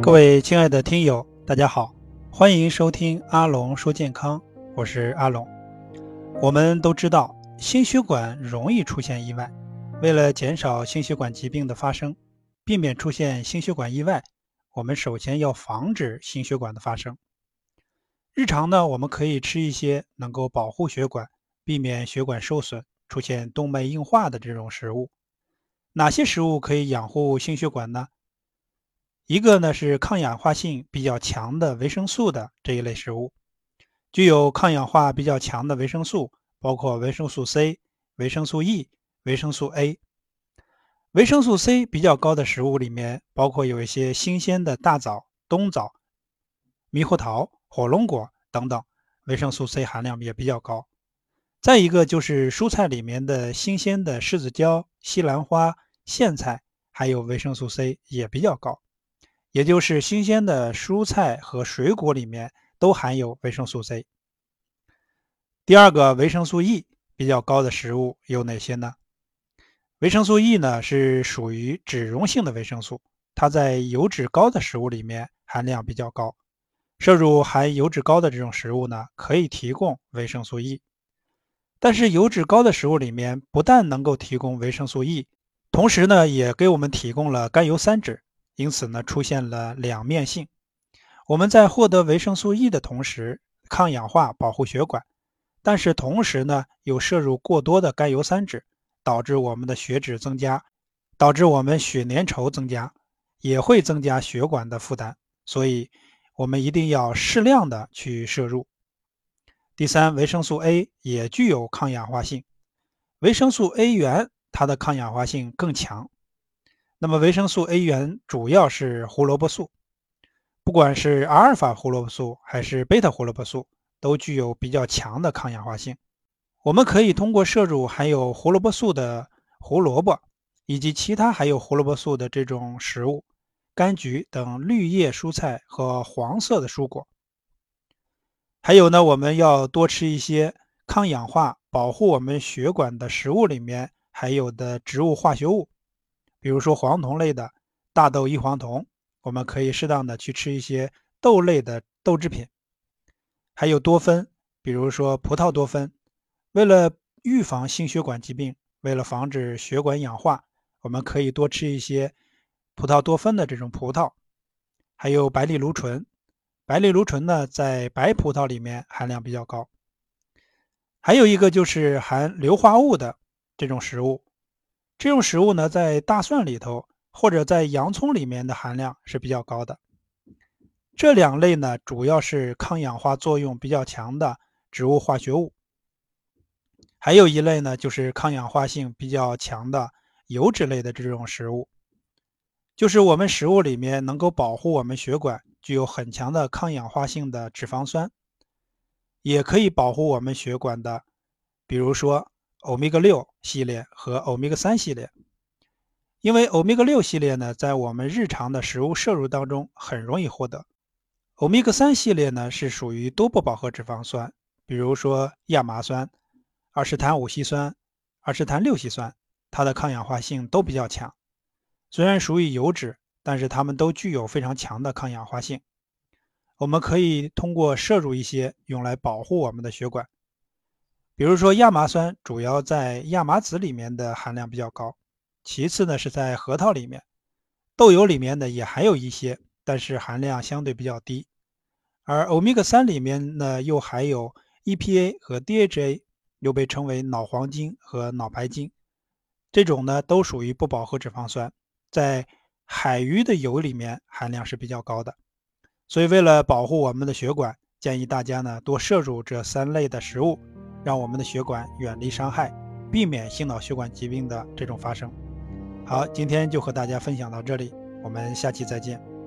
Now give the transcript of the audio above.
各位亲爱的听友，大家好，欢迎收听阿龙说健康，我是阿龙。我们都知道，心血管容易出现意外，为了减少心血管疾病的发生，避免出现心血管意外，我们首先要防止心血管的发生。日常呢，我们可以吃一些能够保护血管，避免血管受损、出现动脉硬化的这种食物。哪些食物可以养护心血管呢？一个呢是抗氧化性比较强的维生素的这一类食物，具有抗氧化比较强的维生素包括维生素 C、维生素 E、维生素 A。维生素 C 比较高的食物里面包括有一些新鲜的大枣、冬枣、猕猴桃、火龙果等等，维生素 C 含量也比较高。再一个就是蔬菜里面的新鲜的柿子椒、西兰花、苋菜，还有维生素 C 也比较高。也就是新鲜的蔬菜和水果里面都含有维生素 C。第二个，维生素 E 比较高的食物有哪些呢？维生素 E 呢是属于脂溶性的维生素，它在油脂高的食物里面含量比较高。摄入含油脂高的这种食物呢，可以提供维生素 E。但是油脂高的食物里面不但能够提供维生素 E，同时呢也给我们提供了甘油三酯。因此呢，出现了两面性。我们在获得维生素 E 的同时，抗氧化保护血管，但是同时呢，又摄入过多的甘油三酯，导致我们的血脂增加，导致我们血粘稠增加，也会增加血管的负担。所以，我们一定要适量的去摄入。第三，维生素 A 也具有抗氧化性，维生素 A 原它的抗氧化性更强。那么维生素 A 原主要是胡萝卜素，不管是阿尔法胡萝卜素还是贝塔胡萝卜素，都具有比较强的抗氧化性。我们可以通过摄入含有胡萝卜素的胡萝卜，以及其他含有胡萝卜素的这种食物，柑橘等绿叶蔬菜和黄色的蔬果。还有呢，我们要多吃一些抗氧化、保护我们血管的食物里面含有的植物化学物。比如说黄酮类的大豆异黄酮，我们可以适当的去吃一些豆类的豆制品，还有多酚，比如说葡萄多酚。为了预防心血管疾病，为了防止血管氧化，我们可以多吃一些葡萄多酚的这种葡萄，还有白藜芦醇。白藜芦醇呢，在白葡萄里面含量比较高。还有一个就是含硫化物的这种食物，这种食物呢，在大蒜里头或者在洋葱里面的含量是比较高的。这两类呢，主要是抗氧化作用比较强的植物化学物。还有一类呢，就是抗氧化性比较强的油脂类的这种食物，就是我们食物里面能够保护我们血管，具有很强的抗氧化性的脂肪酸，也可以保护我们血管的，比如说欧米伽6系列和欧米伽3系列。因为欧米伽6系列呢，在我们日常的食物摄入当中很容易获得。欧米伽3系列呢，是属于多不饱和脂肪酸，比如说亚麻酸、二式碳5烯酸、二式碳6烯酸，它的抗氧化性都比较强。虽然属于油脂，但是它们都具有非常强的抗氧化性。我们可以通过摄入一些用来保护我们的血管。比如说亚麻酸主要在亚麻籽里面的含量比较高，其次呢是在核桃里面，豆油里面呢也含有一些，但是含量相对比较低。而欧米伽3里面呢又含有 EPA 和 DHA， 又被称为脑黄金和脑白金，这种呢都属于不饱和脂肪酸，在海鱼的油里面含量是比较高的。所以为了保护我们的血管，建议大家呢多摄入这3类的食物，让我们的血管远离伤害，避免心脑血管疾病的这种发生。好，今天就和大家分享到这里，我们下期再见。